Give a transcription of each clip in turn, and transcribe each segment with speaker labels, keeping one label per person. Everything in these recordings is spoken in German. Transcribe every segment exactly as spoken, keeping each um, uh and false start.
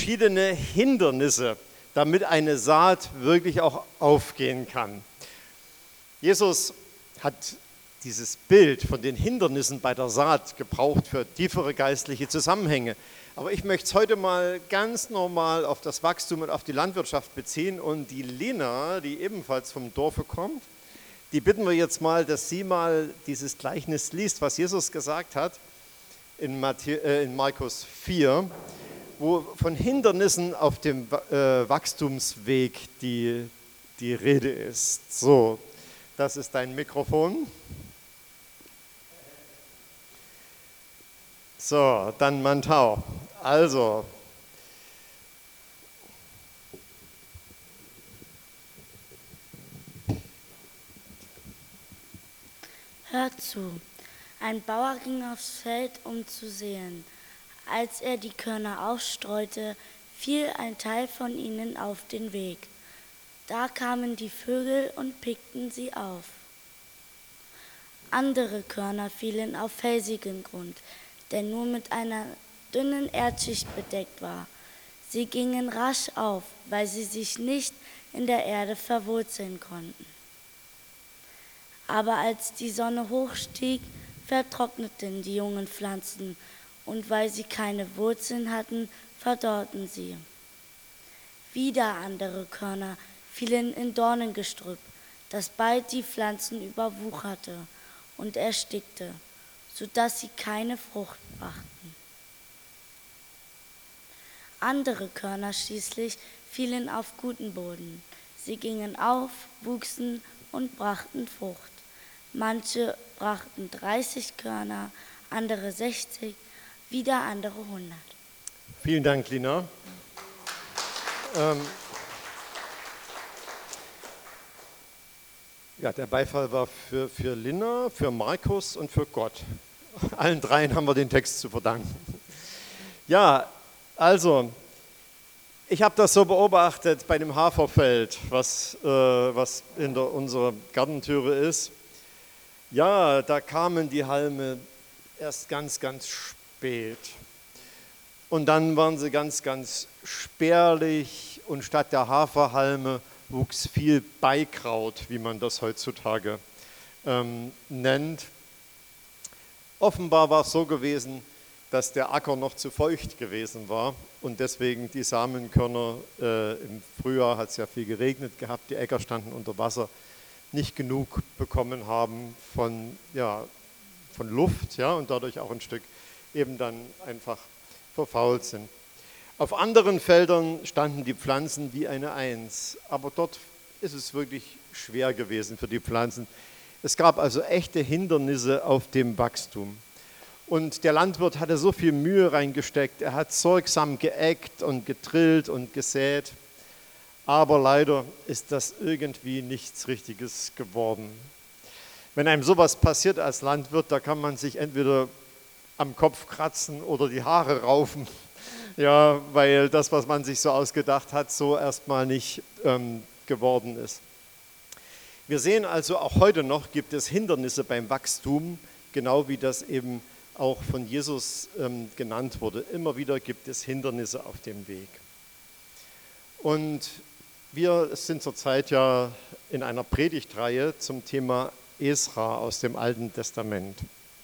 Speaker 1: verschiedene Hindernisse, damit eine Saat wirklich auch aufgehen kann. Jesus hat dieses Bild von den Hindernissen bei der Saat gebraucht für tiefere geistliche Zusammenhänge. Aber ich möchte es heute mal ganz normal auf das Wachstum und auf die Landwirtschaft beziehen. Und die Lina, die ebenfalls vom Dorfe kommt, die bitten wir jetzt mal, dass sie mal dieses Gleichnis liest, was Jesus gesagt hat in, Matthä- äh, in Markus vier, wo von Hindernissen auf dem äh, Wachstumsweg die, die Rede ist. So, das ist dein Mikrofon. So, dann Mantau. Also,
Speaker 2: hört zu. Ein Bauer ging aufs Feld, um zu säen. Als er die Körner ausstreute, fiel ein Teil von ihnen auf den Weg. Da kamen die Vögel und pickten sie auf. Andere Körner fielen auf felsigen Grund, der nur mit einer dünnen Erdschicht bedeckt war. Sie gingen rasch auf, weil sie sich nicht in der Erde verwurzeln konnten. Aber als die Sonne hochstieg, vertrockneten die jungen Pflanzen, und weil sie keine Wurzeln hatten, verdorrten sie. Wieder andere Körner fielen in Dornengestrüpp, das bald die Pflanzen überwucherte und erstickte, sodass sie keine Frucht brachten. Andere Körner schließlich fielen auf guten Boden. Sie gingen auf, wuchsen und brachten Frucht. Manche brachten dreißig Körner, andere sechzig, wieder andere hundert.
Speaker 1: Vielen Dank, Lina. Ähm, ja, der Beifall war für, für Lina, für Markus und für Gott. Allen dreien haben wir den Text zu verdanken. Ja, also, ich habe das so beobachtet bei dem Haferfeld, was, äh, was hinter unserer Gartentüre ist. Ja, da kamen die Halme erst ganz, ganz spät. Und dann waren sie ganz, ganz spärlich und statt der Haferhalme wuchs viel Beikraut, wie man das heutzutage ähm, nennt. Offenbar war es so gewesen, dass der Acker noch zu feucht gewesen war und deswegen die Samenkörner, äh, im Frühjahr hat es ja viel geregnet gehabt, die Äcker standen unter Wasser, nicht genug bekommen haben von, ja, von Luft, ja, und dadurch auch ein Stück eben dann einfach verfault sind. Auf anderen Feldern standen die Pflanzen wie eine Eins, aber dort ist es wirklich schwer gewesen für die Pflanzen. Es gab also echte Hindernisse auf dem Wachstum. Und der Landwirt hatte so viel Mühe reingesteckt, er hat sorgsam geägt und getrillt und gesät, aber leider ist das irgendwie nichts Richtiges geworden. Wenn einem sowas passiert als Landwirt, da kann man sich entweder am Kopf kratzen oder die Haare raufen, ja, weil das, was man sich so ausgedacht hat, so erstmal nicht ähm, geworden ist. Wir sehen also, auch heute noch gibt es Hindernisse beim Wachstum, genau wie das eben auch von Jesus ähm, genannt wurde. Immer wieder gibt es Hindernisse auf dem Weg. Und wir sind zurzeit ja in einer Predigtreihe zum Thema Esra aus dem Alten Testament.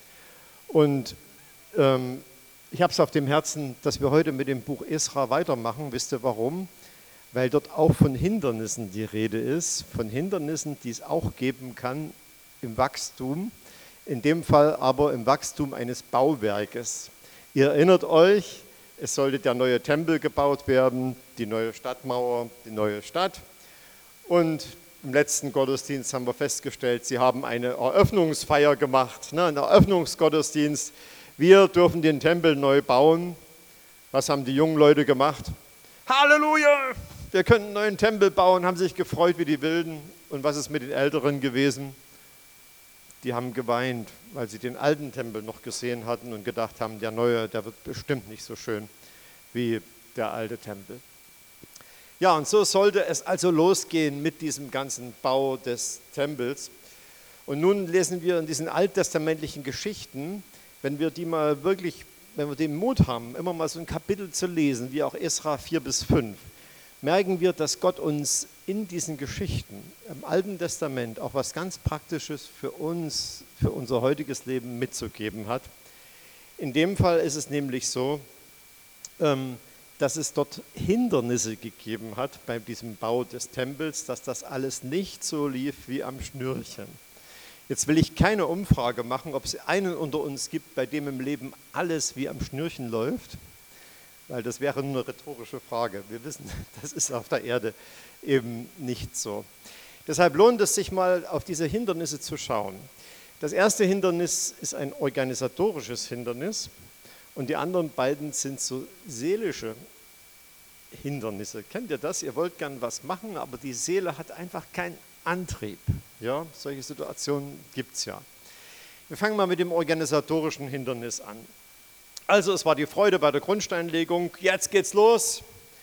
Speaker 1: Und ähm, ich habe es auf dem Herzen, dass wir heute mit dem Buch Esra weitermachen. Wisst ihr warum? Weil dort auch von Hindernissen die Rede ist, von Hindernissen, die es auch geben kann im Wachstum, in dem Fall aber im Wachstum eines Bauwerkes. Ihr erinnert euch, es sollte der neue Tempel gebaut werden, die neue Stadtmauer, die neue Stadt. Und im letzten Gottesdienst haben wir festgestellt, sie haben eine Eröffnungsfeier gemacht, ne, einen Eröffnungsgottesdienst. Wir dürfen den Tempel neu bauen. Was haben die jungen Leute gemacht? Halleluja! Wir können einen neuen Tempel bauen, haben sich gefreut wie die Wilden. Und was ist mit den Älteren gewesen? Die haben geweint, weil sie den alten Tempel noch gesehen hatten und gedacht haben, der neue, der wird bestimmt nicht so schön wie der alte Tempel. Ja, und so sollte es also losgehen mit diesem ganzen Bau des Tempels. Und nun lesen wir in diesen alttestamentlichen Geschichten, wenn wir die mal wirklich wenn wir den Mut haben, immer mal so ein Kapitel zu lesen, wie auch Esra vier bis fünf, merken wir, dass Gott uns in diesen Geschichten im Alten Testament auch was ganz Praktisches für uns, für unser heutiges Leben mitzugeben hat. In dem Fall ist es nämlich so, dass es dort Hindernisse gegeben hat bei diesem Bau des Tempels, dass das alles nicht so lief wie am Schnürchen. Jetzt will ich keine Umfrage machen, ob es einen unter uns gibt, bei dem im Leben alles wie am Schnürchen läuft, weil das wäre nur eine rhetorische Frage. Wir wissen, das ist auf der Erde eben nicht so. Deshalb lohnt es sich mal, auf diese Hindernisse zu schauen. Das erste Hindernis ist ein organisatorisches Hindernis und die anderen beiden sind so seelische Hindernisse. Kennt ihr das? Ihr wollt gern was machen, aber die Seele hat einfach keinen Antrieb. Ja, solche Situationen gibt es ja. Wir fangen mal mit dem organisatorischen Hindernis an. Also es war die Freude bei der Grundsteinlegung, jetzt geht's los,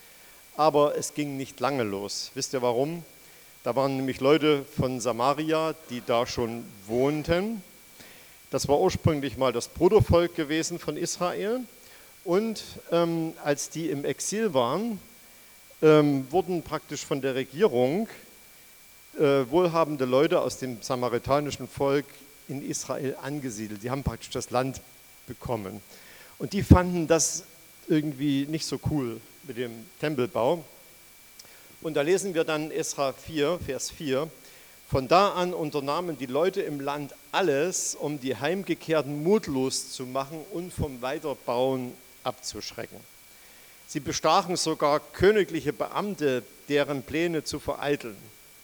Speaker 1: aber es ging nicht lange los. Wisst ihr warum? Da waren nämlich Leute von Samaria, die da schon wohnten. Das war ursprünglich mal das Brudervolk gewesen von Israel. Und ähm, als die im Exil waren, ähm, wurden praktisch von der Regierung äh, wohlhabende Leute aus dem samaritanischen Volk in Israel angesiedelt. Die haben praktisch das Land bekommen. Und die fanden das irgendwie nicht so cool mit dem Tempelbau. Und da lesen wir dann Esra vier, Vers vier. Von da an unternahmen die Leute im Land alles, um die Heimgekehrten mutlos zu machen und vom Weiterbauen abzuschrecken. Sie bestachen sogar königliche Beamte, deren Pläne zu vereiteln.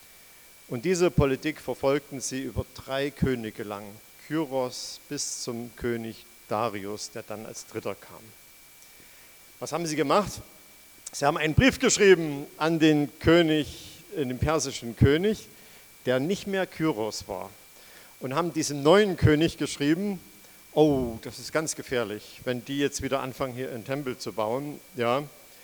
Speaker 1: Und diese Politik verfolgten sie über drei Könige lang, Kyros bis zum König Darius, der dann als Dritter kam. Was haben sie gemacht? Sie haben einen Brief geschrieben an den König, den persischen König, der nicht mehr Kyros war, und haben diesem neuen König geschrieben: Oh, das ist ganz gefährlich, wenn die jetzt wieder anfangen, hier einen Tempel zu bauen. Ja.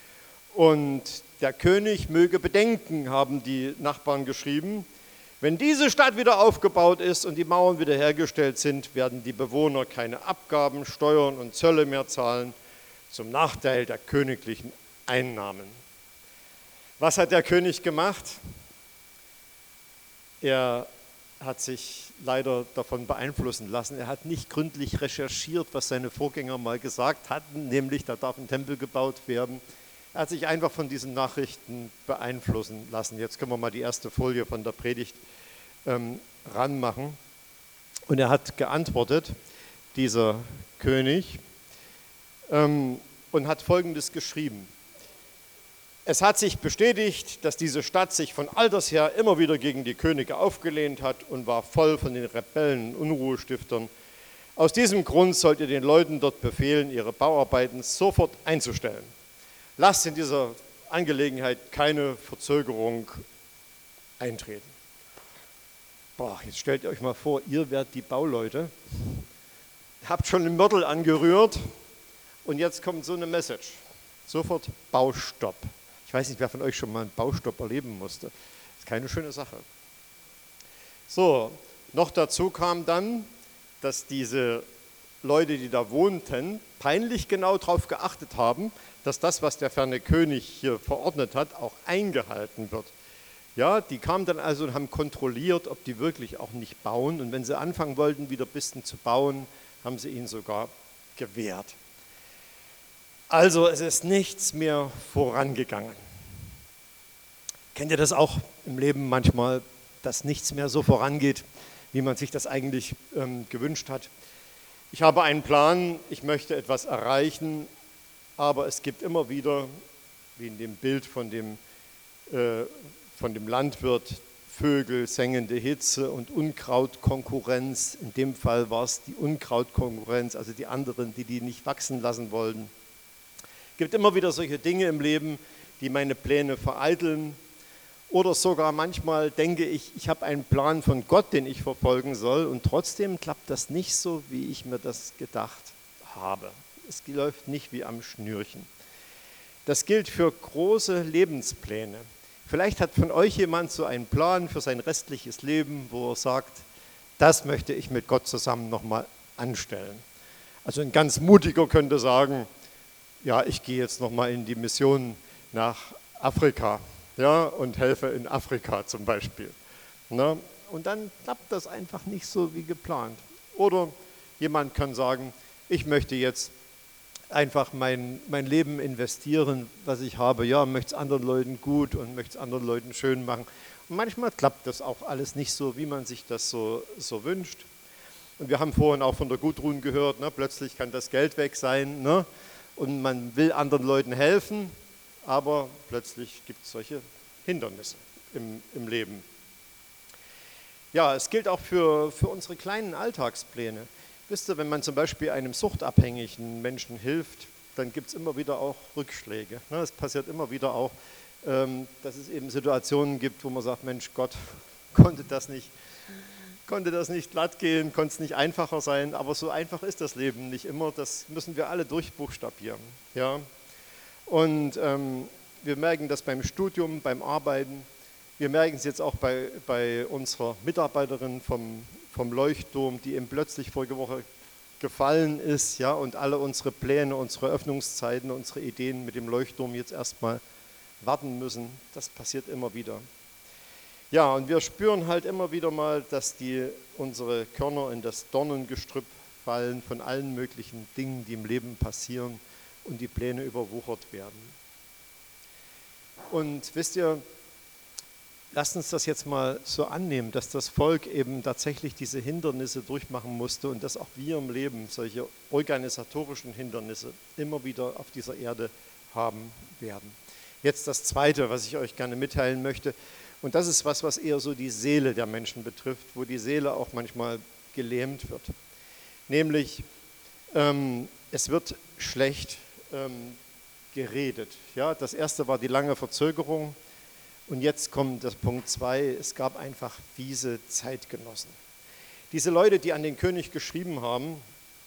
Speaker 1: Und der König möge bedenken, haben die Nachbarn geschrieben, wenn diese Stadt wieder aufgebaut ist und die Mauern wieder hergestellt sind, werden die Bewohner keine Abgaben, Steuern und Zölle mehr zahlen, zum Nachteil der königlichen Einnahmen. Was hat der König gemacht? Er hat sich leider davon beeinflussen lassen. Er hat nicht gründlich recherchiert, was seine Vorgänger mal gesagt hatten, nämlich da darf ein Tempel gebaut werden. Er hat sich einfach von diesen Nachrichten beeinflussen lassen. Jetzt können wir mal die erste Folie von der Predigt ähm, ranmachen. Und er hat geantwortet, dieser König, ähm, und hat Folgendes geschrieben: Es hat sich bestätigt, dass diese Stadt sich von alters her immer wieder gegen die Könige aufgelehnt hat und war voll von den Rebellen und Unruhestiftern. Aus diesem Grund sollt ihr den Leuten dort befehlen, ihre Bauarbeiten sofort einzustellen. Lasst in dieser Angelegenheit keine Verzögerung eintreten. Boah, jetzt stellt ihr euch mal vor, ihr werdet die Bauleute, habt schon den Mörtel angerührt und jetzt kommt so eine Message. Sofort Baustopp. Ich weiß nicht, wer von euch schon mal einen Baustopp erleben musste. Das ist keine schöne Sache. So, noch dazu kam dann, dass diese Leute, die da wohnten, peinlich genau darauf geachtet haben, dass das, was der ferne König hier verordnet hat, auch eingehalten wird. Ja, die kamen dann also und haben kontrolliert, ob die wirklich auch nicht bauen. Und wenn sie anfangen wollten, wieder ein bisschen zu bauen, haben sie ihnen sogar gewährt. Also es ist nichts mehr vorangegangen. Kennt ihr das auch im Leben manchmal, dass nichts mehr so vorangeht, wie man sich das eigentlich ähm, gewünscht hat? Ich habe einen Plan, ich möchte etwas erreichen, aber es gibt immer wieder, wie in dem Bild von dem, äh, von dem Landwirt, Vögel, sengende Hitze und Unkrautkonkurrenz. In dem Fall war es die Unkrautkonkurrenz, also die anderen, die die nicht wachsen lassen wollten. Es gibt immer wieder solche Dinge im Leben, die meine Pläne vereiteln. Oder sogar manchmal denke ich, ich habe einen Plan von Gott, den ich verfolgen soll, und trotzdem klappt das nicht so, wie ich mir das gedacht habe. Es läuft nicht wie am Schnürchen. Das gilt für große Lebenspläne. Vielleicht hat von euch jemand so einen Plan für sein restliches Leben, wo er sagt, das möchte ich mit Gott zusammen nochmal anstellen. Also ein ganz Mutiger könnte sagen, ja, ich gehe jetzt nochmal in die Mission nach Afrika, ja, und helfe in Afrika zum Beispiel. Ne? Und dann klappt das einfach nicht so wie geplant. Oder jemand kann sagen, ich möchte jetzt einfach mein, mein Leben investieren, was ich habe. Ja, möchte es anderen Leuten gut und möchte es anderen Leuten schön machen. Und manchmal klappt das auch alles nicht so, wie man sich das so, so wünscht. Und wir haben vorhin auch von der Gudrun gehört, ne, plötzlich kann das Geld weg sein, ne, und man will anderen Leuten helfen, aber plötzlich gibt es solche Hindernisse im, im Leben. Ja, es gilt auch für, für unsere kleinen Alltagspläne. Wisst ihr, wenn man zum Beispiel einem suchtabhängigen Menschen hilft, dann gibt es immer wieder auch Rückschläge. Ne? Es passiert immer wieder auch, ähm, dass es eben Situationen gibt, wo man sagt, Mensch, Gott konnte das nicht, konnte das nicht glatt gehen, konnte es nicht einfacher sein, aber so einfach ist das Leben nicht immer. Das müssen wir alle durchbuchstabieren. Ja? Und ähm, wir merken das beim Studium, beim Arbeiten. Wir merken es jetzt auch bei, bei unserer Mitarbeiterin vom, vom Leuchtturm, die eben plötzlich vorige Woche gefallen ist, ja, und alle unsere Pläne, unsere Öffnungszeiten, unsere Ideen mit dem Leuchtturm jetzt erstmal warten müssen. Das passiert immer wieder. Ja, und wir spüren halt immer wieder mal, dass die, unsere Körner in das Dornengestrüpp fallen von allen möglichen Dingen, die im Leben passieren und die Pläne überwuchert werden. Und wisst ihr, lasst uns das jetzt mal so annehmen, dass das Volk eben tatsächlich diese Hindernisse durchmachen musste und dass auch wir im Leben solche organisatorischen Hindernisse immer wieder auf dieser Erde haben werden. Jetzt das Zweite, was ich euch gerne mitteilen möchte, und das ist was, was eher so die Seele der Menschen betrifft, wo die Seele auch manchmal gelähmt wird. Nämlich, ähm, es wird schlecht ähm, geredet. Ja, das erste war die lange Verzögerung. Und jetzt kommt das Punkt zwei, es gab einfach fiese Zeitgenossen. Diese Leute, die an den König geschrieben haben,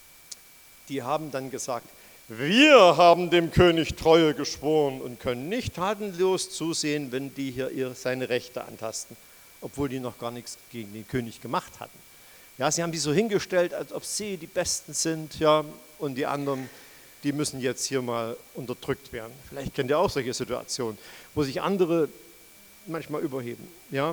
Speaker 1: die haben dann gesagt, wir haben dem König Treue geschworen und können nicht tatenlos zusehen, wenn die hier ihre, seine Rechte antasten, obwohl die noch gar nichts gegen den König gemacht hatten. Ja, sie haben die so hingestellt, als ob sie die Besten sind, ja, und die anderen, die müssen jetzt hier mal unterdrückt werden. Vielleicht kennt ihr auch solche Situationen, wo sich andere manchmal überheben. Ja?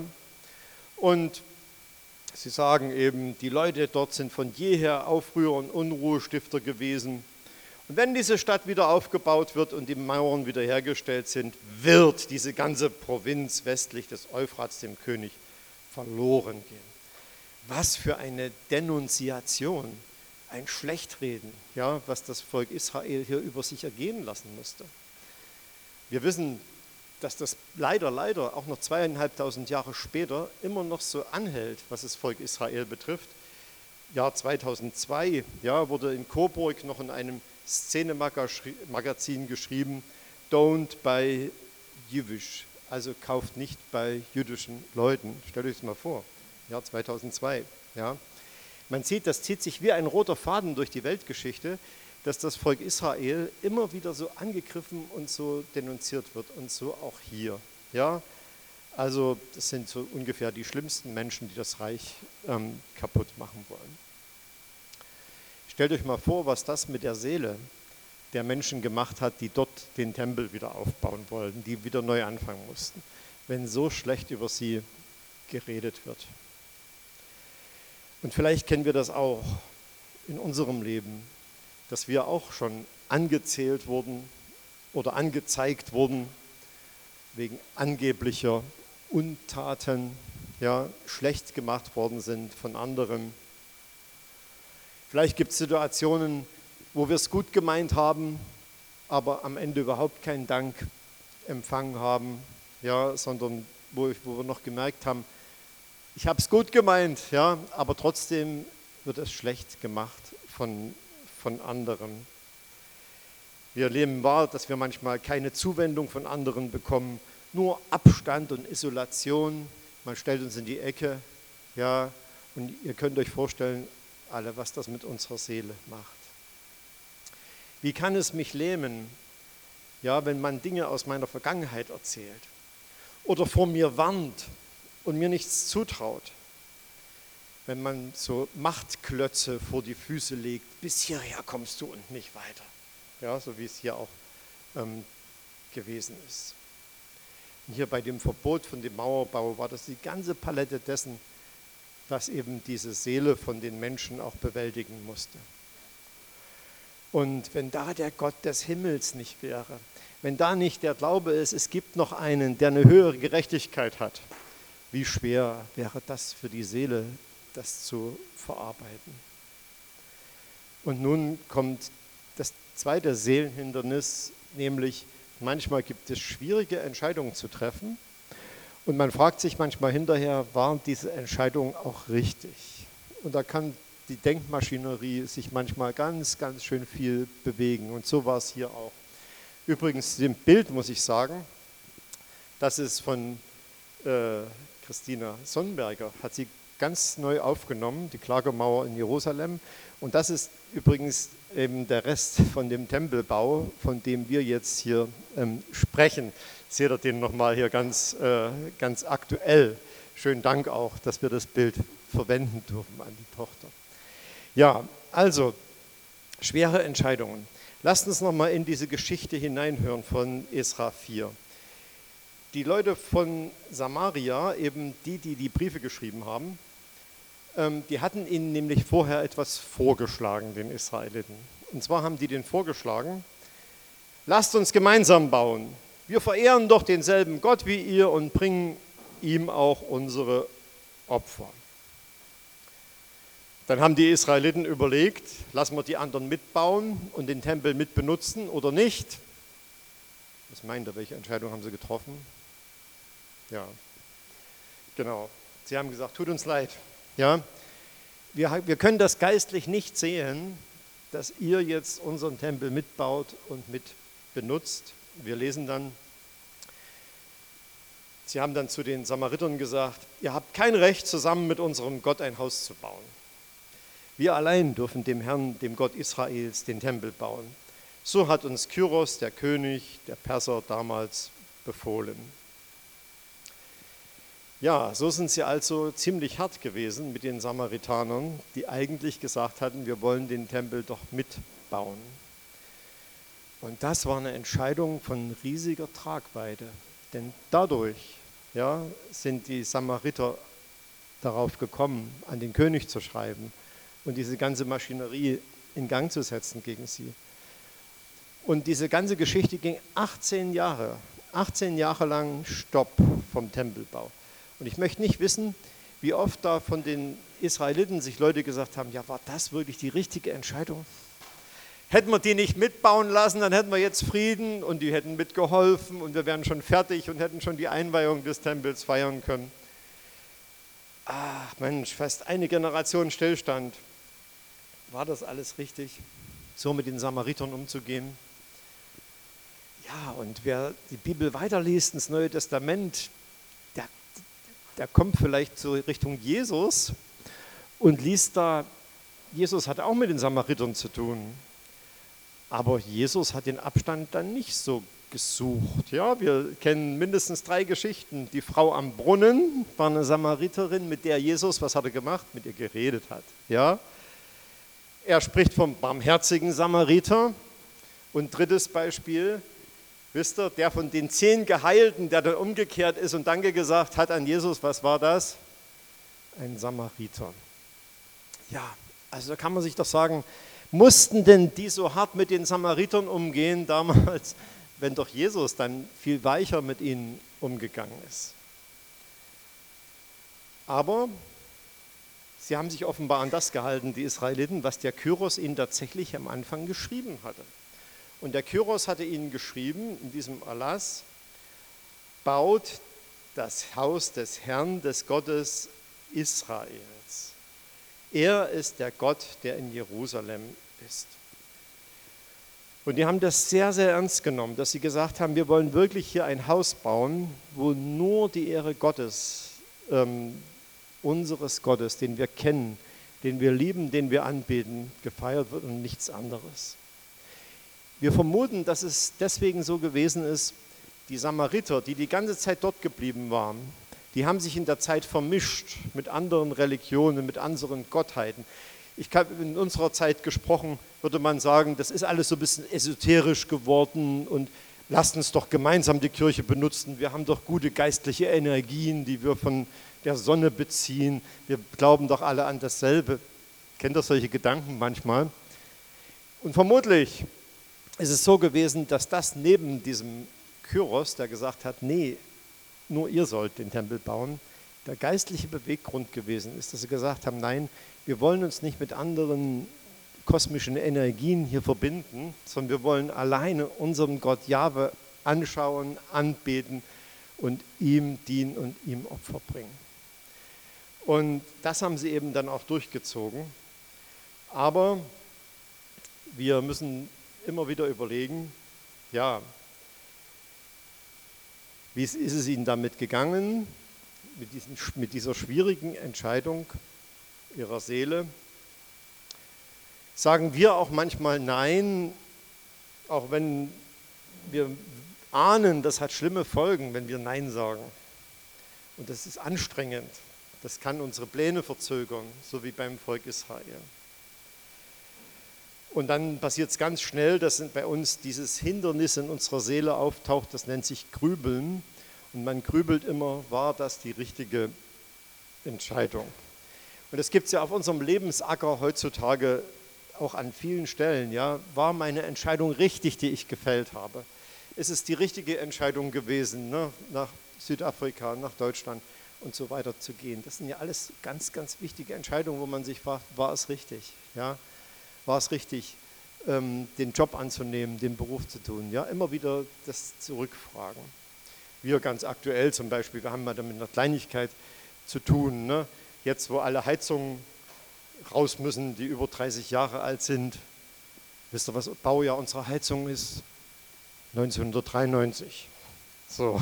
Speaker 1: Und sie sagen eben, die Leute dort sind von jeher Aufrührer und Unruhestifter gewesen. Und wenn diese Stadt wieder aufgebaut wird und die Mauern wiederhergestellt sind, wird diese ganze Provinz westlich des Euphrats dem König verloren gehen. Was für eine Denunziation, ein Schlechtreden, ja, was das Volk Israel hier über sich ergehen lassen musste. Wir wissen, dass das leider, leider auch noch zweieinhalbtausend Jahre später immer noch so anhält, was das Volk Israel betrifft. Jahr zweitausendzwei, ja, wurde in Coburg noch in einem Szene-Magazin geschrieben, don't buy Jewish, also kauft nicht bei jüdischen Leuten. Stellt euch das mal vor, Jahr zweitausendzwei. Ja. Man sieht, das zieht sich wie ein roter Faden durch die Weltgeschichte, dass das Volk Israel immer wieder so angegriffen und so denunziert wird und so auch hier. Ja? Also das sind so ungefähr die schlimmsten Menschen, die das Reich ähm, kaputt machen wollen. Stellt euch mal vor, was das mit der Seele der Menschen gemacht hat, die dort den Tempel wieder aufbauen wollten, die wieder neu anfangen mussten, wenn so schlecht über sie geredet wird. Und vielleicht kennen wir das auch in unserem Leben, dass wir auch schon angezählt wurden oder angezeigt wurden wegen angeblicher Untaten, ja, schlecht gemacht worden sind von anderen. Vielleicht gibt es Situationen, wo wir es gut gemeint haben, aber am Ende überhaupt keinen Dank empfangen haben, ja, sondern wo, wo wir noch gemerkt haben, ich habe es gut gemeint, ja, aber trotzdem wird es schlecht gemacht von von anderen. Wir nehmen wahr, dass wir manchmal keine Zuwendung von anderen bekommen, nur Abstand und Isolation. Man stellt uns in die Ecke, ja, und ihr könnt euch vorstellen, alle, was das mit unserer Seele macht. Wie kann es mich lähmen, ja, wenn man Dinge aus meiner Vergangenheit erzählt oder vor mir warnt und mir nichts zutraut? wenn man so Machtklötze vor die Füße legt, bis hierher kommst du und nicht weiter. Ja, so wie es hier auch ähm, gewesen ist. Und hier bei dem Verbot von dem Mauerbau war das die ganze Palette dessen, was eben diese Seele von den Menschen auch bewältigen musste. Und wenn da der Gott des Himmels nicht wäre, wenn da nicht der Glaube ist, es gibt noch einen, der eine höhere Gerechtigkeit hat, wie schwer wäre das für die Seele, das zu verarbeiten. Und nun kommt das zweite Seelenhindernis, nämlich manchmal gibt es schwierige Entscheidungen zu treffen und man fragt sich manchmal hinterher, waren diese Entscheidungen auch richtig? Und da kann die Denkmaschinerie sich manchmal ganz, ganz schön viel bewegen und so war es hier auch. Übrigens, dem Bild muss ich sagen, das ist von äh, Christina Sonnenberger, hat sie ganz neu aufgenommen, die Klagemauer in Jerusalem. Und das ist übrigens eben der Rest von dem Tempelbau, von dem wir jetzt hier ähm, sprechen. Seht ihr den nochmal hier ganz, äh, ganz aktuell. Schönen Dank auch, dass wir das Bild verwenden dürfen an die Tochter. Ja, also schwere Entscheidungen. Lasst uns nochmal in diese Geschichte hineinhören von Esra vier. Die Leute von Samaria, eben die, die die Briefe geschrieben haben, ähm, die hatten ihnen nämlich vorher etwas vorgeschlagen, den Israeliten. Und zwar haben die denen vorgeschlagen, lasst uns gemeinsam bauen. Wir verehren doch denselben Gott wie ihr und bringen ihm auch unsere Opfer. Dann haben die Israeliten überlegt, lassen wir die anderen mitbauen und den Tempel mitbenutzen oder nicht. Was meint ihr, welche Entscheidung haben sie getroffen? Ja, genau. Sie haben gesagt, tut uns leid. Ja, wir, wir können das geistlich nicht sehen, dass ihr jetzt unseren Tempel mitbaut und mit benutzt. Wir lesen dann, sie haben dann zu den Samaritern gesagt, ihr habt kein Recht, zusammen mit unserem Gott ein Haus zu bauen. Wir allein dürfen dem Herrn, dem Gott Israels, den Tempel bauen. So hat uns Kyros, der König der Perser, damals befohlen. Ja, so sind sie also ziemlich hart gewesen mit den Samaritanern, die eigentlich gesagt hatten, wir wollen den Tempel doch mitbauen. Und das war eine Entscheidung von riesiger Tragweite, denn dadurch ja, sind die Samariter darauf gekommen, an den König zu schreiben und diese ganze Maschinerie in Gang zu setzen gegen sie. Und diese ganze Geschichte ging achtzehn Jahre, achtzehn Jahre lang Stopp vom Tempelbau. Und ich möchte nicht wissen, wie oft da von den Israeliten sich Leute gesagt haben, ja, war das wirklich die richtige Entscheidung? Hätten wir die nicht mitbauen lassen, dann hätten wir jetzt Frieden und die hätten mitgeholfen und wir wären schon fertig und hätten schon die Einweihung des Tempels feiern können. Ach Mensch, fast eine Generation Stillstand. War das alles richtig, so mit den Samaritern umzugehen? Ja, und wer die Bibel weiterliest, ins Neue Testament, der, der kommt vielleicht zur Richtung Jesus und liest da, Jesus hat auch mit den Samaritern zu tun. Aber Jesus hat den Abstand dann nicht so gesucht. Ja, wir kennen mindestens drei Geschichten. Die Frau am Brunnen war eine Samariterin, mit der Jesus, was hat er gemacht? Mit ihr geredet hat. Ja? Er spricht vom barmherzigen Samariter. Und drittes Beispiel, wisst ihr, der von den zehn Geheilten, der dann umgekehrt ist und Danke gesagt hat an Jesus, was war das? Ein Samariter. Ja, also da kann man sich doch sagen, mussten denn die so hart mit den Samaritern umgehen damals, wenn doch Jesus dann viel weicher mit ihnen umgegangen ist? Aber sie haben sich offenbar an das gehalten, die Israeliten, was der Kyros ihnen tatsächlich am Anfang geschrieben hatte. Und der Kyros hatte ihnen geschrieben, in diesem Erlass, baut das Haus des Herrn, des Gottes Israels. Er ist der Gott, der in Jerusalem ist. Und die haben das sehr, sehr ernst genommen, dass sie gesagt haben, wir wollen wirklich hier ein Haus bauen, wo nur die Ehre Gottes, ähm, unseres Gottes, den wir kennen, den wir lieben, den wir anbeten, gefeiert wird und nichts anderes. Wir vermuten, dass es deswegen so gewesen ist, die Samariter, die die ganze Zeit dort geblieben waren, die haben sich in der Zeit vermischt mit anderen Religionen, mit anderen Gottheiten. Ich habe in unserer Zeit gesprochen, würde man sagen, das ist alles so ein bisschen esoterisch geworden und lasst uns doch gemeinsam die Kirche benutzen. Wir haben doch gute geistliche Energien, die wir von der Sonne beziehen. Wir glauben doch alle an dasselbe. Kennt ihr solche Gedanken manchmal? Und vermutlich ist es so gewesen, dass das neben diesem Kyros, der gesagt hat, nee, nur ihr sollt den Tempel bauen, der geistliche Beweggrund gewesen ist, dass sie gesagt haben, nein, wir wollen uns nicht mit anderen kosmischen Energien hier verbinden, sondern wir wollen alleine unserem Gott Jahwe anschauen, anbeten und ihm dienen und ihm Opfer bringen. Und das haben sie eben dann auch durchgezogen. Aber wir müssen immer wieder überlegen, ja, wie ist es ihnen damit gegangen, mit, diesen, mit dieser schwierigen Entscheidung ihrer Seele? Sagen wir auch manchmal Nein, auch wenn wir ahnen, das hat schlimme Folgen, wenn wir Nein sagen. Und das ist anstrengend. Das kann unsere Pläne verzögern, so wie beim Volk Israel. Und dann passiert es ganz schnell, dass bei uns dieses Hindernis in unserer Seele auftaucht, das nennt sich Grübeln. Und man grübelt immer, war das die richtige Entscheidung? Und das gibt es ja auf unserem Lebensacker heutzutage auch an vielen Stellen. Ja? War meine Entscheidung richtig, die ich gefällt habe? Ist es die richtige Entscheidung gewesen, ne? Nach Südafrika, nach Deutschland und so weiter zu gehen? Das sind ja alles ganz, ganz wichtige Entscheidungen, wo man sich fragt, war es richtig? Ja? War es richtig, ähm, den Job anzunehmen, den Beruf zu tun? Ja, immer wieder das zurückfragen. Wir ganz aktuell zum Beispiel, wir haben mal damit einer Kleinigkeit zu tun. Ne? Jetzt, wo alle Heizungen raus müssen, die über dreißig Jahre alt sind. Wisst ihr, was Baujahr unserer Heizung ist? neunzehnhundertdreiundneunzig. So.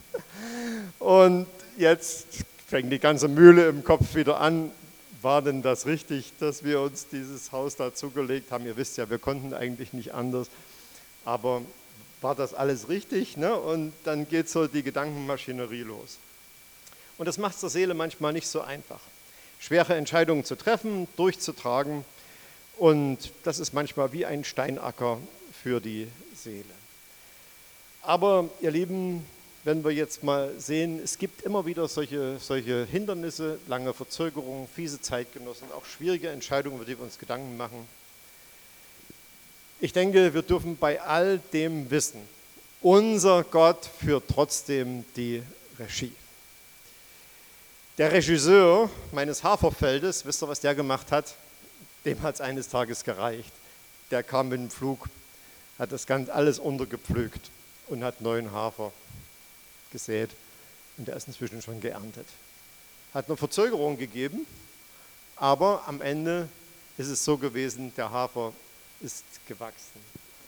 Speaker 1: Und jetzt fängt die ganze Mühle im Kopf wieder an. War denn das richtig, dass wir uns dieses Haus da zugelegt haben? Ihr wisst ja, wir konnten eigentlich nicht anders. Aber war das alles richtig? Ne? Und dann geht so die Gedankenmaschinerie los. Und das macht es der Seele manchmal nicht so einfach. Schwere Entscheidungen zu treffen, durchzutragen. Und das ist manchmal wie ein Steinacker für die Seele. Aber ihr Lieben, wenn wir jetzt mal sehen, es gibt immer wieder solche, solche Hindernisse, lange Verzögerungen, fiese Zeitgenossen, auch schwierige Entscheidungen, über die wir uns Gedanken machen. Ich denke, wir dürfen bei all dem wissen, unser Gott führt trotzdem die Regie. Der Regisseur meines Haferfeldes, wisst ihr, was der gemacht hat? Dem hat es eines Tages gereicht. Der kam mit dem Flug, hat das ganz alles untergepflügt und hat neuen Hafer gesät und der ist inzwischen schon geerntet. Hat eine Verzögerung gegeben, aber am Ende ist es so gewesen, der Hafer ist gewachsen.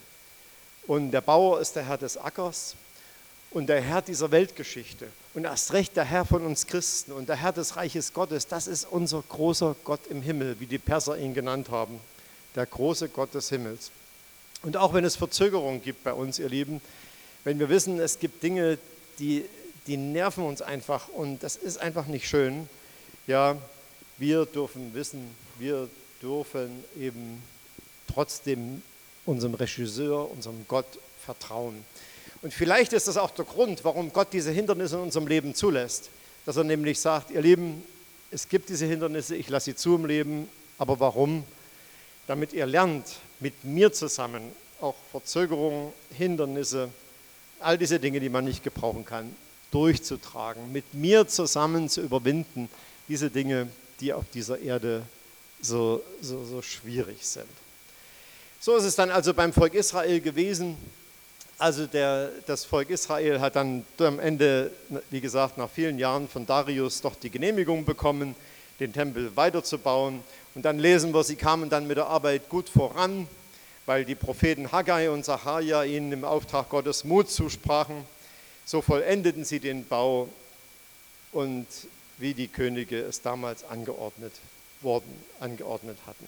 Speaker 1: Und der Bauer ist der Herr des Ackers und der Herr dieser Weltgeschichte und erst recht der Herr von uns Christen und der Herr des Reiches Gottes, das ist unser großer Gott im Himmel, wie die Perser ihn genannt haben, der große Gott des Himmels. Und auch wenn es Verzögerungen gibt bei uns, ihr Lieben, wenn wir wissen, es gibt Dinge, die, die nerven uns einfach und das ist einfach nicht schön, ja, wir dürfen wissen, wir dürfen eben trotzdem unserem Regisseur, unserem Gott vertrauen. Und vielleicht ist das auch der Grund, warum Gott diese Hindernisse in unserem Leben zulässt, dass er nämlich sagt, ihr Lieben, es gibt diese Hindernisse, ich lasse sie zu im Leben, aber warum? Damit ihr lernt, mit mir zusammen auch Verzögerungen, Hindernisse, all diese Dinge, die man nicht gebrauchen kann, durchzutragen, mit mir zusammen zu überwinden, diese Dinge, die auf dieser Erde so, so, so schwierig sind. So ist es dann also beim Volk Israel gewesen. Also der, das Volk Israel hat dann am Ende, wie gesagt, nach vielen Jahren von Darius doch die Genehmigung bekommen, den Tempel weiterzubauen. Und dann lesen wir, sie kamen dann mit der Arbeit gut voran, weil die Propheten Haggai und Sacharja ihnen im Auftrag Gottes Mut zusprachen. So vollendeten sie den Bau und wie die Könige es damals angeordnet worden, angeordnet hatten.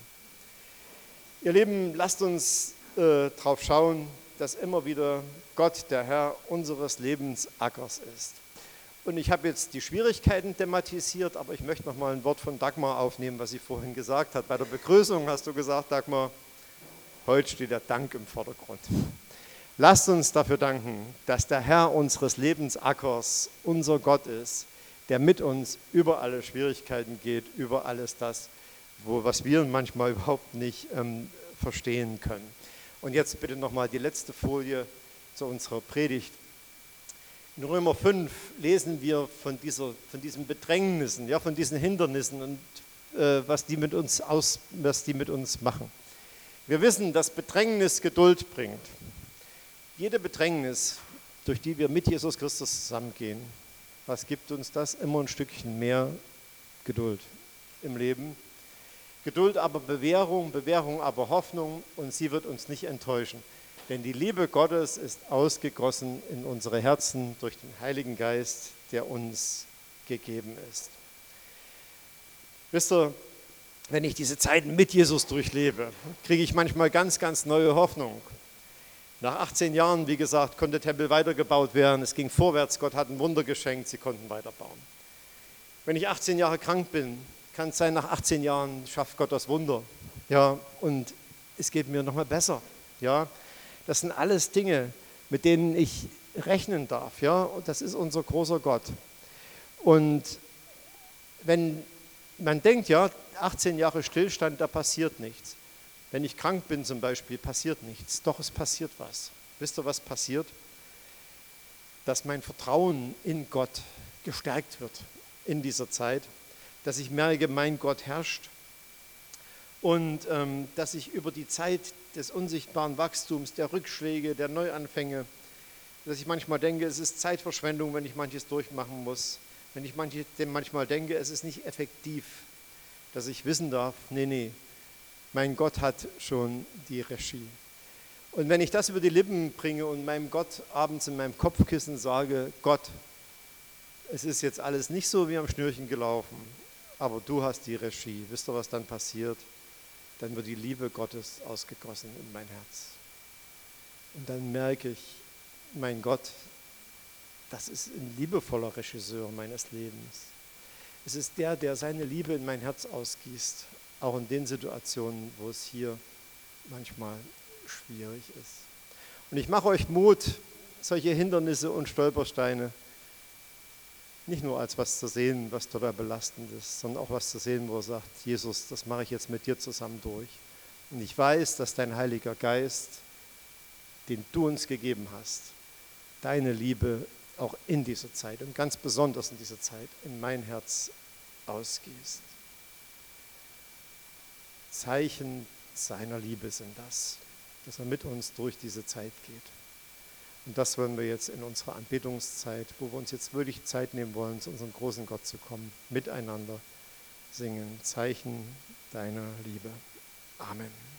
Speaker 1: Ihr Lieben, lasst uns äh, darauf schauen, dass immer wieder Gott der Herr unseres Lebensackers ist. Und ich habe jetzt die Schwierigkeiten thematisiert, aber ich möchte noch mal ein Wort von Dagmar aufnehmen, was sie vorhin gesagt hat. Bei der Begrüßung hast du gesagt, Dagmar, heute steht der Dank im Vordergrund. Lasst uns dafür danken, dass der Herr unseres Lebensackers unser Gott ist, der mit uns über alle Schwierigkeiten geht, über alles das, wo, was wir manchmal überhaupt nicht ähm, verstehen können. Und jetzt bitte noch mal die letzte Folie zu unserer Predigt. In Römer fünf lesen wir von, dieser, von diesen Bedrängnissen, ja, von diesen Hindernissen und äh, was, die mit uns aus, was die mit uns machen. Wir wissen, dass Bedrängnis Geduld bringt. Jede Bedrängnis, durch die wir mit Jesus Christus zusammengehen, was gibt uns das? Immer ein Stückchen mehr Geduld im Leben. Geduld aber Bewährung, Bewährung aber Hoffnung, und sie wird uns nicht enttäuschen. Denn die Liebe Gottes ist ausgegossen in unsere Herzen durch den Heiligen Geist, der uns gegeben ist. Wisst ihr, wenn ich diese Zeiten mit Jesus durchlebe, kriege ich manchmal ganz, ganz neue Hoffnung. Nach achtzehn Jahren, wie gesagt, konnte der Tempel weitergebaut werden. Es ging vorwärts, Gott hat ein Wunder geschenkt, sie konnten weiterbauen. Wenn ich achtzehn Jahre krank bin, kann es sein, nach achtzehn Jahren schafft Gott das Wunder. Ja, und es geht mir nochmal besser. Ja, das sind alles Dinge, mit denen ich rechnen darf. Ja, und das ist unser großer Gott. Und wenn man denkt, ja, achtzehn Jahre Stillstand, da passiert nichts. Wenn ich krank bin zum Beispiel, passiert nichts. Doch, es passiert was. Wisst ihr, was passiert? Dass mein Vertrauen in Gott gestärkt wird in dieser Zeit. Dass ich merke, mein Gott herrscht. Und ähm, dass ich über die Zeit des unsichtbaren Wachstums, der Rückschläge, der Neuanfänge, dass ich manchmal denke, es ist Zeitverschwendung, wenn ich manches durchmachen muss. Wenn ich manche, manchmal denke, es ist nicht effektiv, dass ich wissen darf, nee, nee, mein Gott hat schon die Regie. Und wenn ich das über die Lippen bringe und meinem Gott abends in meinem Kopfkissen sage, Gott, es ist jetzt alles nicht so wie am Schnürchen gelaufen, aber du hast die Regie. Wisst ihr, was dann passiert? Dann wird die Liebe Gottes ausgegossen in mein Herz. Und dann merke ich, mein Gott, das ist ein liebevoller Regisseur meines Lebens. Es ist der, der seine Liebe in mein Herz ausgießt, auch in den Situationen, wo es hier manchmal schwierig ist. Und ich mache euch Mut, solche Hindernisse und Stolpersteine nicht nur als was zu sehen, was total belastend ist, sondern auch was zu sehen, wo er sagt, Jesus, das mache ich jetzt mit dir zusammen durch. Und ich weiß, dass dein Heiliger Geist, den du uns gegeben hast, deine Liebe auch in dieser Zeit und ganz besonders in dieser Zeit in mein Herz ausgießt. Zeichen seiner Liebe sind das, dass er mit uns durch diese Zeit geht. Und das wollen wir jetzt in unserer Anbetungszeit, wo wir uns jetzt wirklich Zeit nehmen wollen, zu unserem großen Gott zu kommen, miteinander singen. Zeichen deiner Liebe. Amen.